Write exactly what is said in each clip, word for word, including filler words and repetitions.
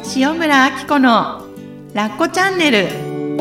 塩村あき子のラッコチャンネル。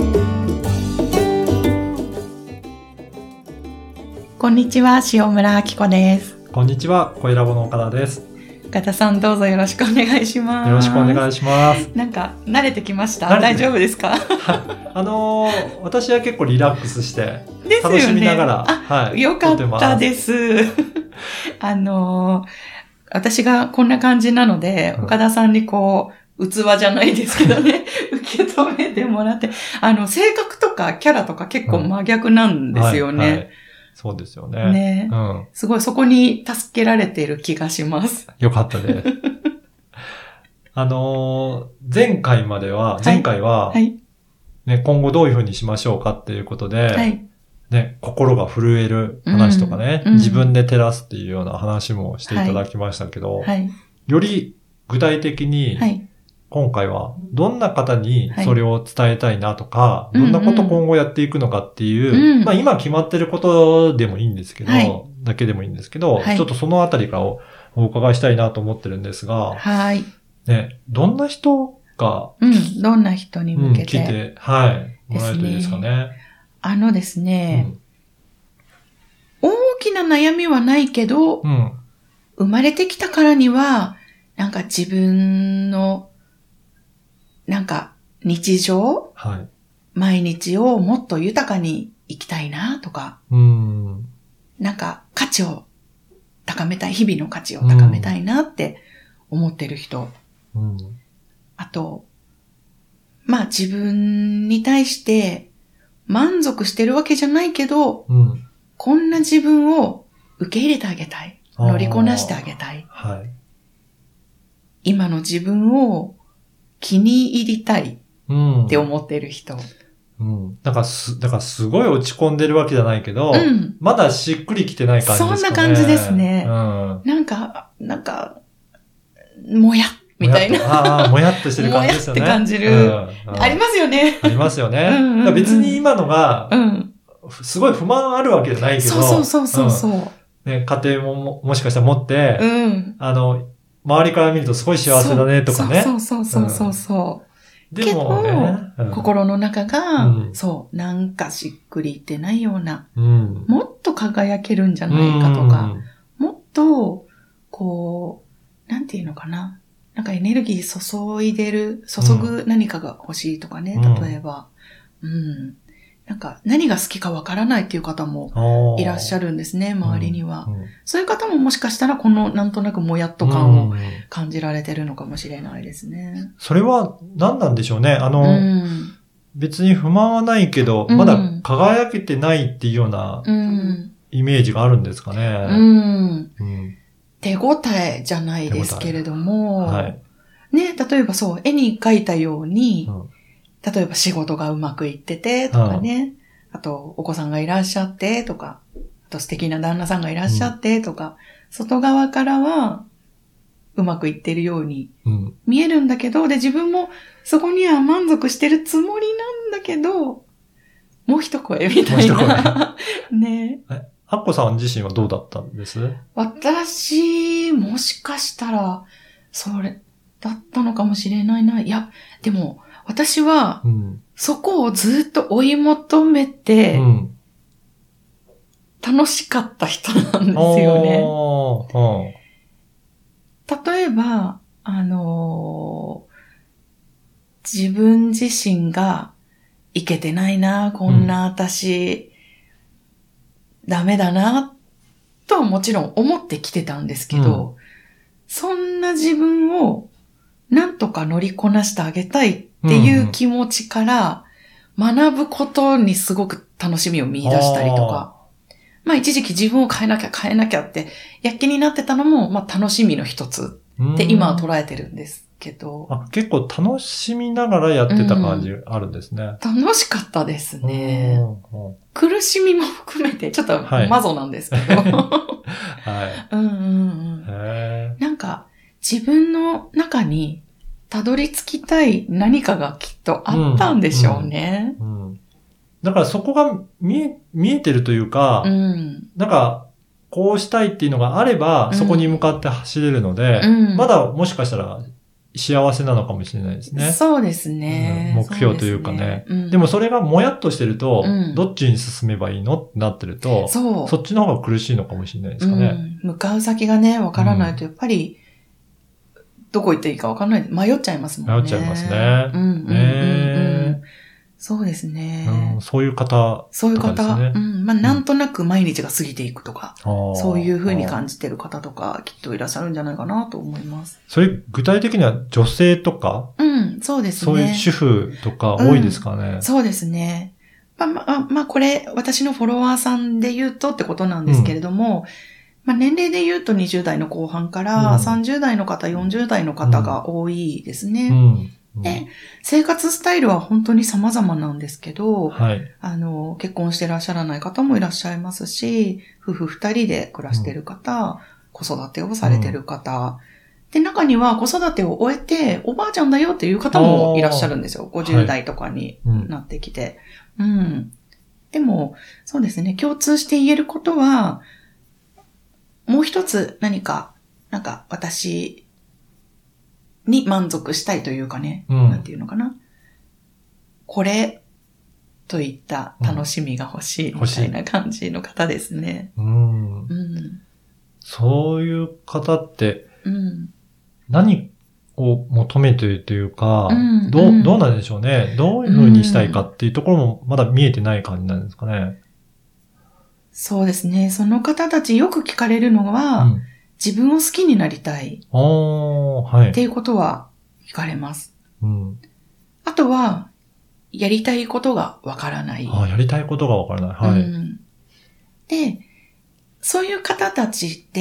こんにちは、塩村あき子です。 こんにちは、声ラボの岡田です。 岡田さん、どうぞよろしくお願いします。 よろしくお願いします。 なんか慣れてきました？大丈夫ですか？ あのー、私は結構リラックスしてですよね、 楽しみながら、 はい、よかったです。あのー、私がこんな感じなので、うん、岡田さんにこう器じゃないですけどね受け止めてもらって、あの性格とかキャラとか結構真逆なんですよね。うんはいはい、 そうですよね。 ね、うん。すごいそこに助けられている気がします。 よかったです。あのー、前回までは、前回は、はいはいね、今後どういうふうにしましょうかっていうことで、はいね、心が震える話とかね、うん、自分で照らすっていうような話もしていただきましたけど、はいはい、より具体的に、はい今回はどんな方にそれを伝えたいなとか、はい、どんなこと今後やっていくのかっていう、うんうん、まあ今決まってることでもいいんですけど、はい、だけでもいいんですけど、はい、ちょっとそのあたりからお伺いしたいなと思ってるんですが、はい。ね、どんな人が、 うん、どんな人に向けて、 うん、来て、はい、もらえるといいですかね。 あのですね、うん、大きな悩みはないけど、うん、生まれてきたからには、なんか自分のなんか日常、はい、毎日をもっと豊かに生きたいなとか、うん、なんか価値を高めたい、日々の価値を高めたいなって思ってる人。うん、あと、まあ自分に対して満足してるわけじゃないけど、うん、こんな自分を受け入れてあげたい。乗りこなしてあげたい。はい、今の自分を気に入りたいって思ってる人。 うん。うん、だからす、だからすごい落ち込んでるわけじゃないけど、うん、まだしっくりきてない感じですかね。 そんな感じですね。うん、なんか、なんか、もやみたいな。 ああ、もやっとしてる感じですよね。 もやって感じる。うんうん、ありますよね。 ありますよね。うんうんうん、別に今のが、うん、すごい不満あるわけじゃないけど、 そうそうそうそう、うんね。家庭も も, もしかしたら持って、うん、あの、周りから見るとすごい幸せだねとかね。 そうそうそうそうそう。うん、でもね、うん、心の中が、うん、そう、なんかしっくりいってないような、うん、もっと輝けるんじゃないかとか、うん、もっと、こう、なんていうのかな。なんかエネルギー注いでる、注ぐ何かが欲しいとかね、うん、例えば、うん。なんか何が好きかわからないっていう方もいらっしゃるんですね、周りには、うんうん。そういう方ももしかしたらこのなんとなくもやっと感を感じられてるのかもしれないですね。 それは何なんでしょうね。あの、うん、別に不満はないけど、まだ輝けてないっていうようなイメージがあるんですかね。うんうん、手応えじゃないですけれども、はい、ね、例えばそう、絵に描いたように、うん例えば仕事がうまくいっててとかね、うん、あとお子さんがいらっしゃってとか、あと素敵な旦那さんがいらっしゃってとか、うん、外側からはうまくいってるように見えるんだけど、うん、で自分もそこには満足してるつもりなんだけど、もう一声みたいな。ねえ。アッコさん自身はどうだったんです？ 私、もしかしたら、それだったのかもしれないな。いや、でも、私は、そこをずっと追い求めて、うん、楽しかった人なんですよね。例えば、あのー、自分自身がいけてないな、こんな私、うん、ダメだな、とはもちろん思ってきてたんですけど、うん、そんな自分をなんとか乗りこなしてあげたいっていう気持ちから学ぶことにすごく楽しみを見出したりとか、まあ一時期自分を変えなきゃ変えなきゃって躍起になってたのもまあ楽しみの一つって今は捉えてるんですけど。 あ、結構楽しみながらやってた感じあるんですね。 うん、楽しかったですね。苦しみも含めてちょっとマゾなんですけど。はい。うんうんうん。へー。なんか自分の中にたどり着きたい何かがきっとあったんでしょうね。うんうんうん、 だからそこが見え、見えてるというか、うん、なんか、こうしたいっていうのがあれば、そこに向かって走れるので、うん、まだもしかしたら幸せなのかもしれないですね。 そうですね。 うん、目標というかね。 ねうん、 でもそれがもやっとしてると、 うん、 どっちに進めばいいのってなってると、そう。そっちの方が苦しいのかもしれないですかね。 うん、向かう先がね、わからないと、やっぱり、どこ行っていいかわからない。迷っちゃいますもんね。 迷っちゃいますね。 うんうんうんうん、そうですね、 うん。そういう方、ね、 そういう方。うん。まあ、なんとなく毎日が過ぎていくとか、うん、そういう風に感じてる方とか、きっといらっしゃるんじゃないかなと思います。 それ、具体的には女性とかうん、そうですね。 そういう主婦とか多いですかね。 うん、そうですね。まあ、まあ、まあ、これ、私のフォロワーさんで言うとってことなんですけれども、うんまあ、年齢で言うとにじゅう代の後半からさんじゅう代の方、よんじゅう代の方が多いですね。うんうん、で、生活スタイルは本当に様々なんですけど、はい、あの、結婚してらっしゃらない方もいらっしゃいますし、夫婦二人で暮らしてる方、うん、子育てをされてる方、うん、で、中には子育てを終えておばあちゃんだよっていう方もいらっしゃるんですよ。ごじゅう代とかになってきて。はい、うん。でも、そうですね、共通して言えることは、もう一つ何か、なんか私に満足したいというかね、うん、なんていうのかな。これといった楽しみが欲しいみたいな感じの方ですね。 うんうん、そういう方って、何を求めているというか、うん、どう、どうなんでしょうね。どういう風にしたいかっていうところもまだ見えてない感じなんですかね。 そうですね。その方たちよく聞かれるのは、うん、自分を好きになりたい。はい。っていうことは聞かれます。うん、あとは、やりたいことがわからない。 ああ、やりたいことがわからない。はい、うん。 で、そういう方たちって、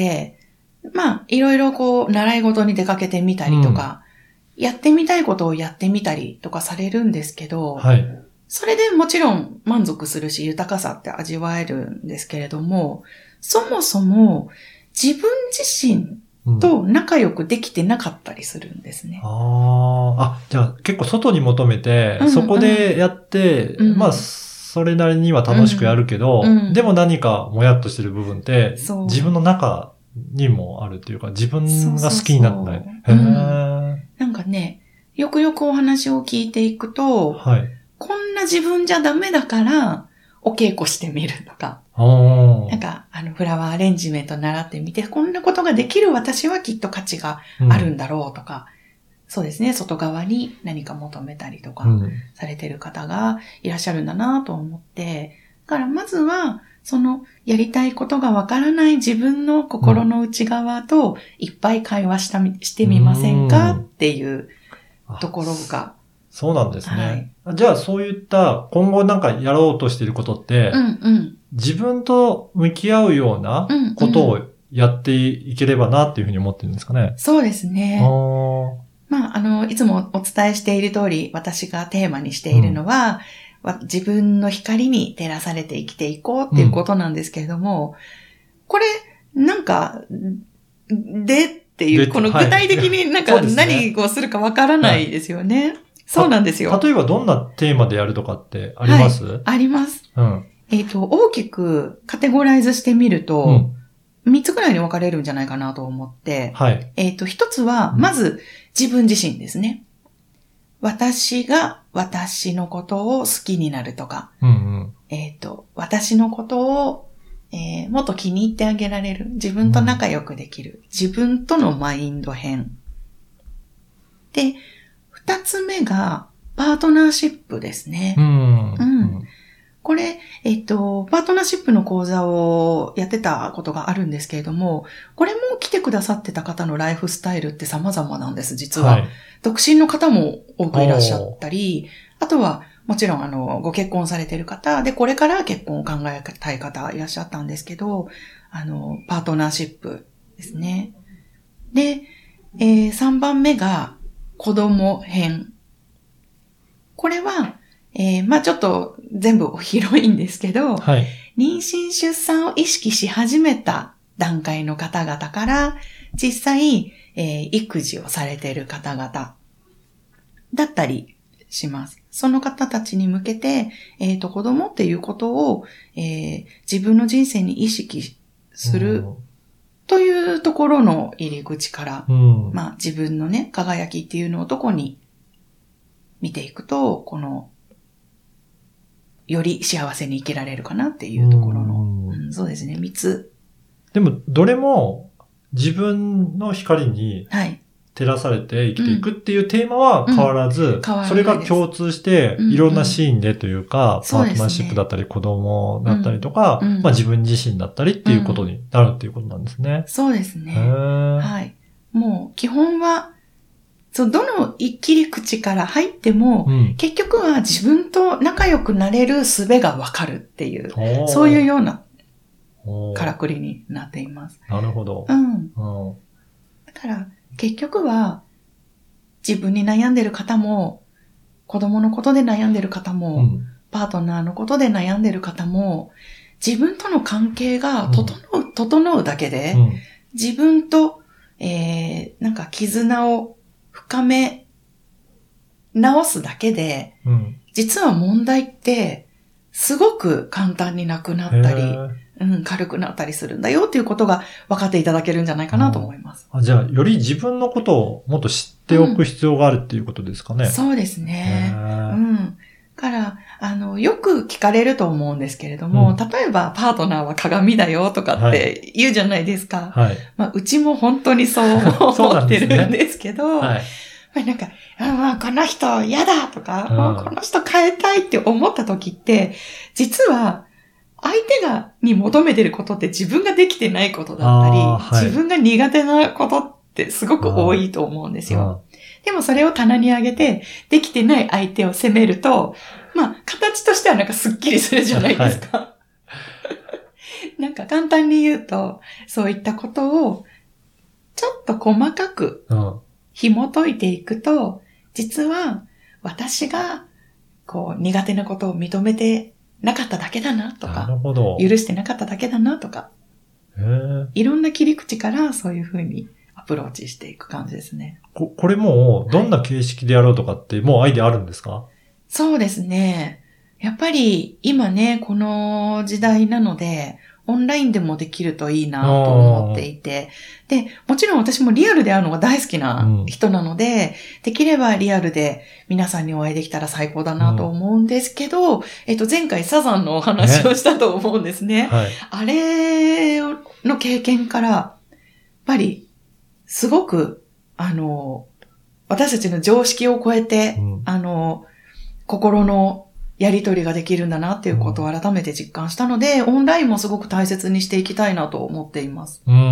まあ、いろいろこう、習い事に出かけてみたりとか、うん、やってみたいことをやってみたりとかされるんですけど、はい。それでもちろん満足するし豊かさって味わえるんですけれども、そもそも自分自身と仲良くできてなかったりするんですね。 うん、ああ、じゃあ結構外に求めて、うんうん、そこでやって、うん、まあそれなりには楽しくやるけど、うんうん、でも何かもやっとしてる部分って、自分の中にもあるっていうか、自分が好きになってない。へー、 なんかね、よくよくお話を聞いていくと、はい、こんな自分じゃダメだから、お稽古してみるとか。なんか、あの、フラワーアレンジメント習ってみて、こんなことができる私はきっと価値があるんだろうとか、うん、そうですね、外側に何か求めたりとか、されてる方がいらっしゃるんだなと思って、だからまずは、その、やりたいことがわからない自分の心の内側と、いっぱい会話したみ、してみませんかっていうところが、 そうなんですね。はい、じゃあそういった今後なんかやろうとしていることって、うんうん、自分と向き合うようなことをやっていければなっていうふうに思ってるんですかね。 そうですね。まあ、あの、いつもお伝えしている通り、私がテーマにしているのは、うん、自分の光に照らされて生きていこうっていうことなんですけれども、うん、これ、なんか、でっていう、この具体的になんか何をするかわからないですよね。はい、そうなんですよ。 例えばどんなテーマでやるとかってあります？はい、 あります。うん、えっと、大きくカテゴライズしてみると、うん、みっつくらいに分かれるんじゃないかなと思って、はい、えっと、ひとつは、まず自分自身ですね。私が私のことを好きになるとか、うんうん、えっと、私のことを、えー、もっと気に入ってあげられる。自分と仲良くできる。うん、自分とのマインド編。で、二つ目が、パートナーシップですね。うん。うん。これ、えっと、パートナーシップの講座をやってたことがあるんですけれども、これも来てくださってた方のライフスタイルって様々なんです、実は。はい、独身の方も多くいらっしゃったり、あとは、もちろん、あの、ご結婚されてる方で、これから結婚を考えたい方いらっしゃったんですけど、あの、パートナーシップですね。で、えー、さんばんめが、子供編。これは、えー、まあちょっと全部広いんですけど、はい、妊娠出産を意識し始めた段階の方々から、実際、えー、育児をされている方々だったりします。その方たちに向けて、えっと、子供っていうことを、えー、自分の人生に意識するというところの入り口から、 うん、 まあ自分のね、輝きっていうのをどこに見ていくと、この、より幸せに生きられるかなっていうところの、うんうん、そうですね、三つ。 でも、どれも自分の光に照らされて生きていくっていうテーマは変わらず、うんうん、変わらないです。それが共通して、いろんなシーンでというか、うんうん、パートナーシップだったり、子供だったりとか、うんうん、まあ自分自身だったりっていうことになるっていうことなんですね。 そうですね。はい。もう、基本は、そう、どの切り口から入っても、うん、結局は自分と仲良くなれる術がわかるっていう、そういうようなからくりになっています。 なるほど。 うん。だから、結局は、自分に悩んでる方も、子供のことで悩んでる方も、うん、パートナーのことで悩んでる方も、自分との関係が整う、うん、整うだけで、うん、自分と、えー、なんか絆を深め直すだけで、うん、実は問題ってすごく簡単になくなったり、うん、軽くなったりするんだよっていうことが分かっていただけるんじゃないかなと思います。 あ、じゃあ、より自分のことをもっと知っておく必要があるっていうことですかね。うん、 そうですね。うん。から、あの、よく聞かれると思うんですけれども、うん、例えばパートナーは鏡だよとかって言うじゃないですか。 はい。 まあ、うちも本当にそう思ってるんですけど、はい。まあ、なんか、ああ、この人嫌だとか、うん、この人変えたいって思った時って、実は相手がに求めてることって自分ができてないことだったり、はい、自分が苦手なことってすごく多いと思うんですよ。でもそれを棚に上げて、できてない相手を責めると、まあ、形としてはなんかスッキリするじゃないですか。はい、なんか簡単に言うと、そういったことをちょっと細かく紐解いていくと、実は私がこう苦手なことを認めてなかっただけだなとか、 なるほど。 許してなかっただけだなとか、 へー、 いろんな切り口からそういうふうにアプローチしていく感じですね。 こ, これもうどんな形式でやろうとかってもうアイデアあるんですか？ そうですね。やっぱり今ね、この時代なので、オンラインでもできるといいなと思っていて。で、もちろん私もリアルで会うのが大好きな人なので、うん、できればリアルで皆さんにお会いできたら最高だなと思うんですけど、うん、えっと前回サザンのお話をしたと思うんですね。ね、はい、あれの経験から、やっぱりすごく、あの、私たちの常識を超えて、うん、あの、心のやりとりができるんだなっていうことを改めて実感したので、うん、オンラインもすごく大切にしていきたいなと思っています。 うん。うん、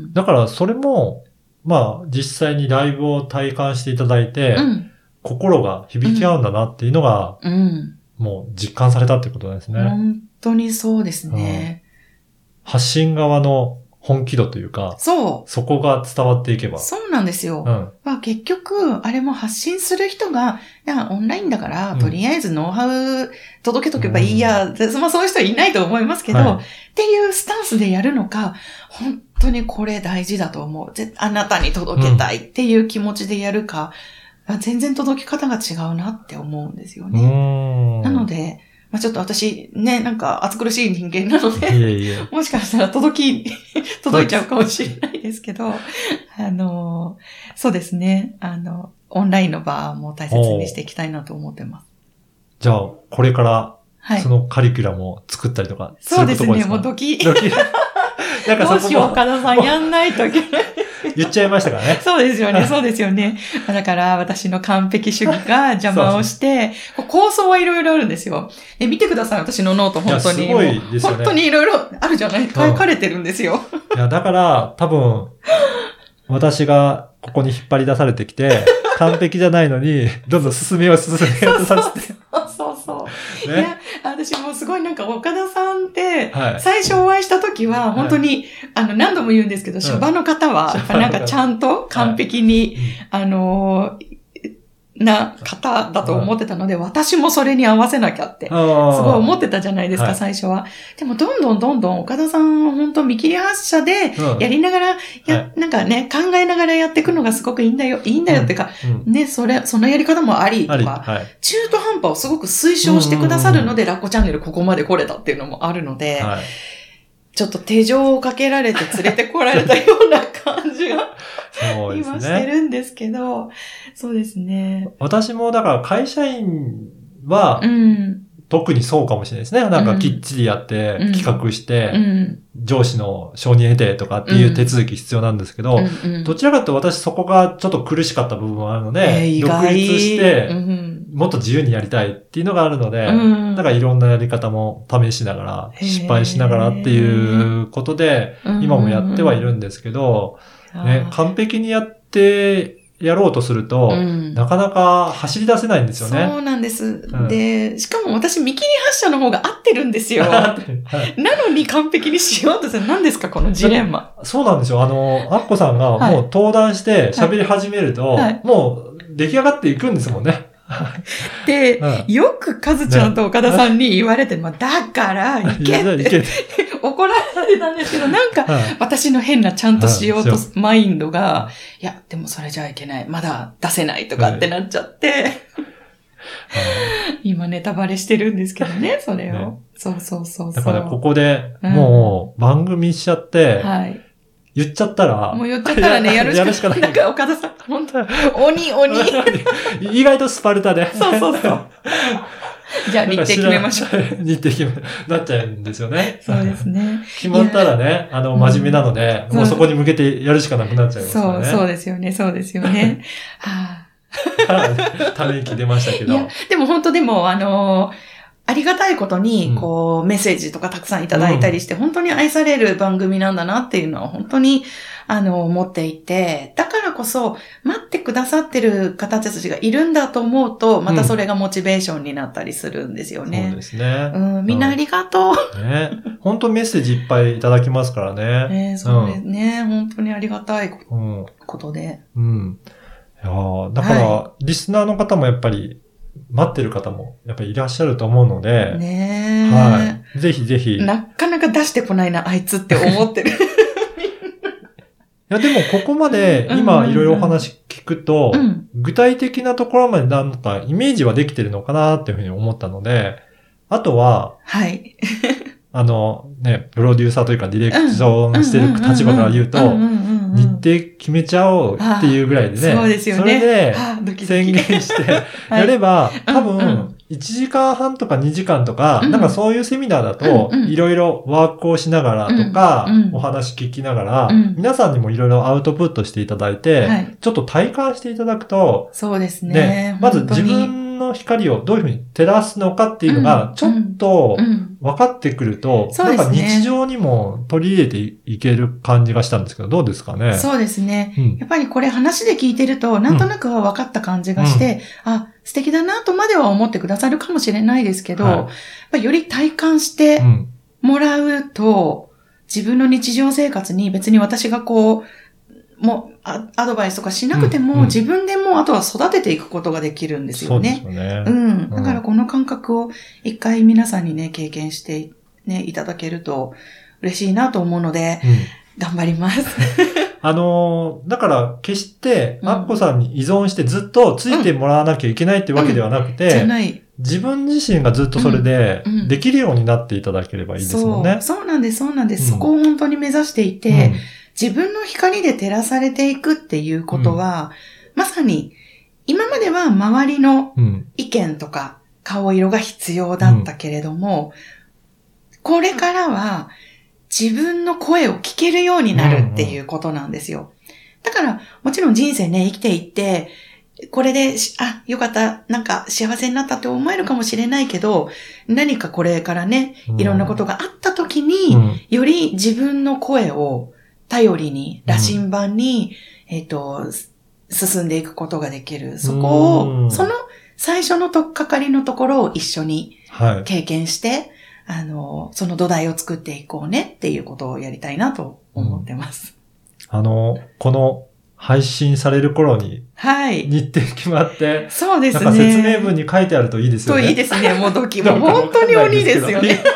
だからそれも、まあ実際にライブを体感していただいて、うん、心が響き合うんだなっていうのが、うん、もう実感されたってことなんですね。 本当にそうですね。 うん、発信側の本気度というか、 そう。 そこが伝わっていけば。 そうなんですよ。うん、まあ、結局、あれも発信する人が、オンラインだから、とりあえずノウハウ届けとけばいいや、うん、まあそういう人はいないと思いますけど、はい、っていうスタンスでやるのか、本当にこれ大事だと思う。あなたに届けたいっていう気持ちでやるか、うん、全然届き方が違うなって思うんですよね。なので、まあちょっと私ね、なんか暑苦しい人間なので、いやいやもしかしたら届き、届いちゃうかもしれないですけど、あの、そうですね、あの、オンラインの場も大切にしていきたいなと思ってます。 じゃあ、これから、そのカリキュラムを作ったりとかすることですか？ そうですね、もうドキ。 ドキ。 なんかそこもどうしよう、岡田さんやんないといけない。 言っちゃいましたからね。 そうですよね、そうですよね。だから私の完璧主義が邪魔をして、構想はいろいろあるんですよ。え、見てください、私のノート、本当に。 すごいですよね。 本当にいろいろあるじゃない、書かれてるんですよ。 いや、だから、多分、私がここに引っ張り出されてきて、完璧じゃないのに、どんどん進めよう進めようとさせて。 そうそうそう。ね、いや、私もすごいなんか岡田さんって、はい、最初お会いした時は、本当に、はい、あの、何度も言うんですけど、シャバの方は、なんかちゃんと完璧に、はい、あのー、な方だと思ってたので、私もそれに合わせなきゃって、すごい思ってたじゃないですか、はい、最初は。でも、どんどんどんどん岡田さんは本当見切り発車で、やりながら、や、はい、なんかね、考えながらやっていくのがすごくいいんだよ、いいんだよっていうか、うん、ね、それ、そのやり方もありとか、はい、中途半端をすごく推奨してくださるので、ラッコチャンネルここまで来れたっていうのもあるので、はい、 ちょっと手錠をかけられて連れてこられたような感じがそうですね。 今してるんですけど、そうですね。 私もだから会社員は、 うん、 特にそうかもしれないですね。なんかきっちりやって、うん、企画して、うん、上司の承認得てとかっていう手続き必要なんですけど、うんうん、どちらかというと私そこがちょっと苦しかった部分はあるので、えー、独立して、うん、もっと自由にやりたいっていうのがあるので、うん、だからいろんなやり方も試しながら、失敗しながらっていうことで、今もやってはいるんですけど、ね、完璧にやってやろうとすると、うん、なかなか走り出せないんですよね。 そうなんです。うん、で、しかも私見切り発車の方が合ってるんですよ。はい、なのに完璧にしようとする。何ですかこのジレンマ。 そうなんですよ。あの、アッコさんがもう登壇して喋り始めると、はいはい、もう出来上がっていくんですもんね。 で、うん、よくカズちゃんと岡田さんに言われて、ね、まあ、だから行けって怒られてたんですけど、なんか、私の変なちゃんとしようとマインドが、いや、でもそれじゃいけない。まだ出せないとかってなっちゃって、今ネタバレしてるんですけどね、それを。ね、そうそうそうそう。 だからここでもう番組しちゃって、うん、はい。言っちゃったら。 もう言っちゃったらね、やるしかない。やるしかない。なんか岡田さん、本当鬼、鬼。 意外とスパルタで。 そうそうそう。じゃあ日程決めましょう。 日程決め、なっちゃうんですよね。 そうですね。 決まったらね、あの、真面目なので、うん、もうそこに向けてやるしかなくなっちゃいますからね。 そう、そうですよね、そうですよね。はぁ。ため息出ましたけど。いや、 でも本当でも、あのー、ありがたいことに、こう、メッセージとかたくさんいただいたりして、うん、本当に愛される番組なんだなっていうのは本当に、あの、思っていて、だからこそ、待ってくださってる方たちがいるんだと思うと、またそれがモチベーションになったりするんですよね。 うん、そうですね。 うん、みんなありがとう。 うん、ね。本当メッセージいっぱいいただきますからね。 ね、そうですね、うん。本当にありがたいことで。 うん。うん、いやだから、はい、リスナーの方もやっぱり、待ってる方もやっぱりいらっしゃると思うので。 ねえ。はい。ぜひぜひ。 なかなか出してこないな、あいつって思ってる。いや、でもここまで今いろいろお話聞くと、うん、具体的なところまでなんかイメージはできてるのかなっていうふうに思ったので、あとは、 はい。 あのね、プロデューサーというかディレクションしてる立場から言うと、日程決めちゃおうっていうぐらいでね。 そうですよね。 それで宣言してやれば、多分いちじかんはんとかにじかんとか、なんかそういうセミナーだと、いろいろワークをしながらとか、お話聞きながら、皆さんにもいろいろアウトプットしていただいて、ちょっと体感していただくと、 そうですね。 まず自分の光をどういうふうに照らすのかっていうのが、ちょっと分かってくると、なんか日常にも取り入れていける感じがしたんですけど、どうですかね？ そうですね。うん、やっぱりこれ話で聞いてると、なんとなくは分かった感じがして、うん、あ、素敵だなとまでは思ってくださるかもしれないですけど、はい、やっぱりより体感してもらうと、うん、自分の日常生活に別に私がこう、もうア、アドバイスとかしなくても、うんうん、自分でもあとは育てていくことができるんですよね。 そうですよね。 うん。だからこの感覚を一回皆さんにね、経験してね、いただけると嬉しいなと思うので、うん、頑張ります。 あのー、だから決して、アッコさんに依存してずっとついてもらわなきゃいけないってわけではなくて、うんうん、じゃない。自分自身がずっとそれでできるようになっていただければいいですもんね。 そう、そうなんです、そうなんです。そこを本当に目指していて、自分の光で照らされていくっていうことは、うん、まさに今までは周りの意見とか顔色が必要だったけれども、うん、これからは自分の声を聞けるようになるっていうことなんですよ。だからもちろん人生ね、生きていって、これで、あ、よかった、なんか幸せになったって思えるかもしれないけど、何かこれからね、いろんなことがあった時に、うん、より自分の声を頼りに、羅針盤に、うん、えっと、進んでいくことができる。そこを、その最初のとっかかりのところを一緒に経験して、はい、あの、その土台を作っていこうねっていうことをやりたいなと思ってます。 うん、あの、この配信される頃に、 はい。 日程決まって、 そうですね。 なんか説明文に書いてあるといいですよね。 といいですね。もう時も本当に鬼ですよね。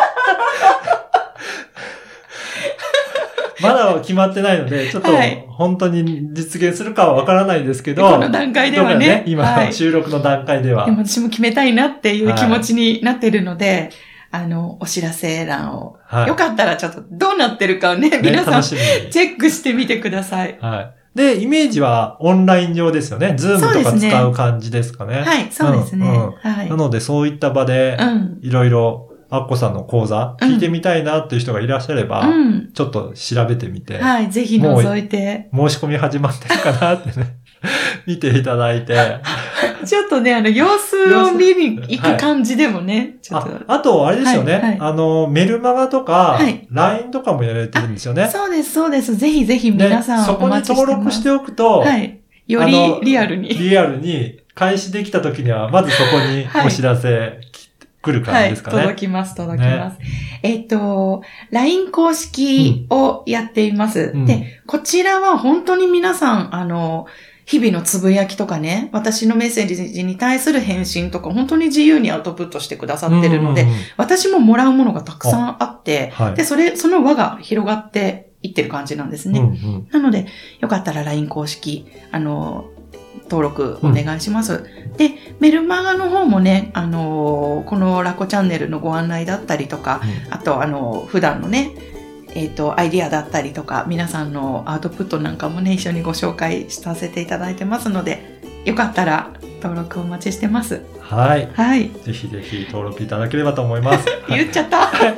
まだ決まってないので、ちょっと本当に実現するかはわからないですけど、 この段階ではね。 今、はい、収録の段階では。 でも私も決めたいなっていう気持ちになっているので、 あの、お知らせ欄を、はい、よかったらちょっとどうなってるかをね、ね皆さんチェックしてみてください。 はい。で、イメージはオンライン上ですよね。ズームとか使う感じですかね。 はい、そうですね。うんうん、はい。 なので、そういった場で、いろいろ、アッコさんの講座、聞いてみたいなっていう人がいらっしゃれば、うん、ちょっと調べてみて。 はい、ぜひ覗いて。 申し込み始まってるかなってね、見ていただいて。 ちょっとね、あの、様子を見に行く感じでもね、はい、ちょっと。 あ, あと、あれですよね、はいはい、あの、メルマガとか、はい、ライン とかもやられてるんですよね。 そうです、そうです。ぜひぜひ皆さんお待ちしてます。 そこに登録しておくと、 はい。よりリアルに。 リアルに、開始できた時には、まずそこにお知らせ、はい来る感じですかね。 はい、届きます、届きます。ね、えっと、ライン 公式をやっています、うん。で、こちらは本当に皆さん、あの、日々のつぶやきとかね、私のメッセージに対する返信とか、本当に自由にアウトプットしてくださってるので、うんうんうん、私ももらうものがたくさんあって、はい、で、それ、その輪が広がっていってる感じなんですね。うんうん、なので、よかったら ライン 公式、あの、登録お願いします、うん。で、メルマガの方もね、あのー、このラコチャンネルのご案内だったりとか、うん、あと、あのー、普段のね、えっと、アイディアだったりとか、皆さんのアウトプットなんかもね、一緒にご紹介させていただいてますので、よかったら登録お待ちしてます。 はい。 はい。 ぜひぜひ登録いただければと思います。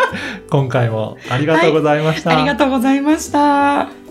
言っちゃった。 今回もありがとうございました、 はい。ありがとうございました。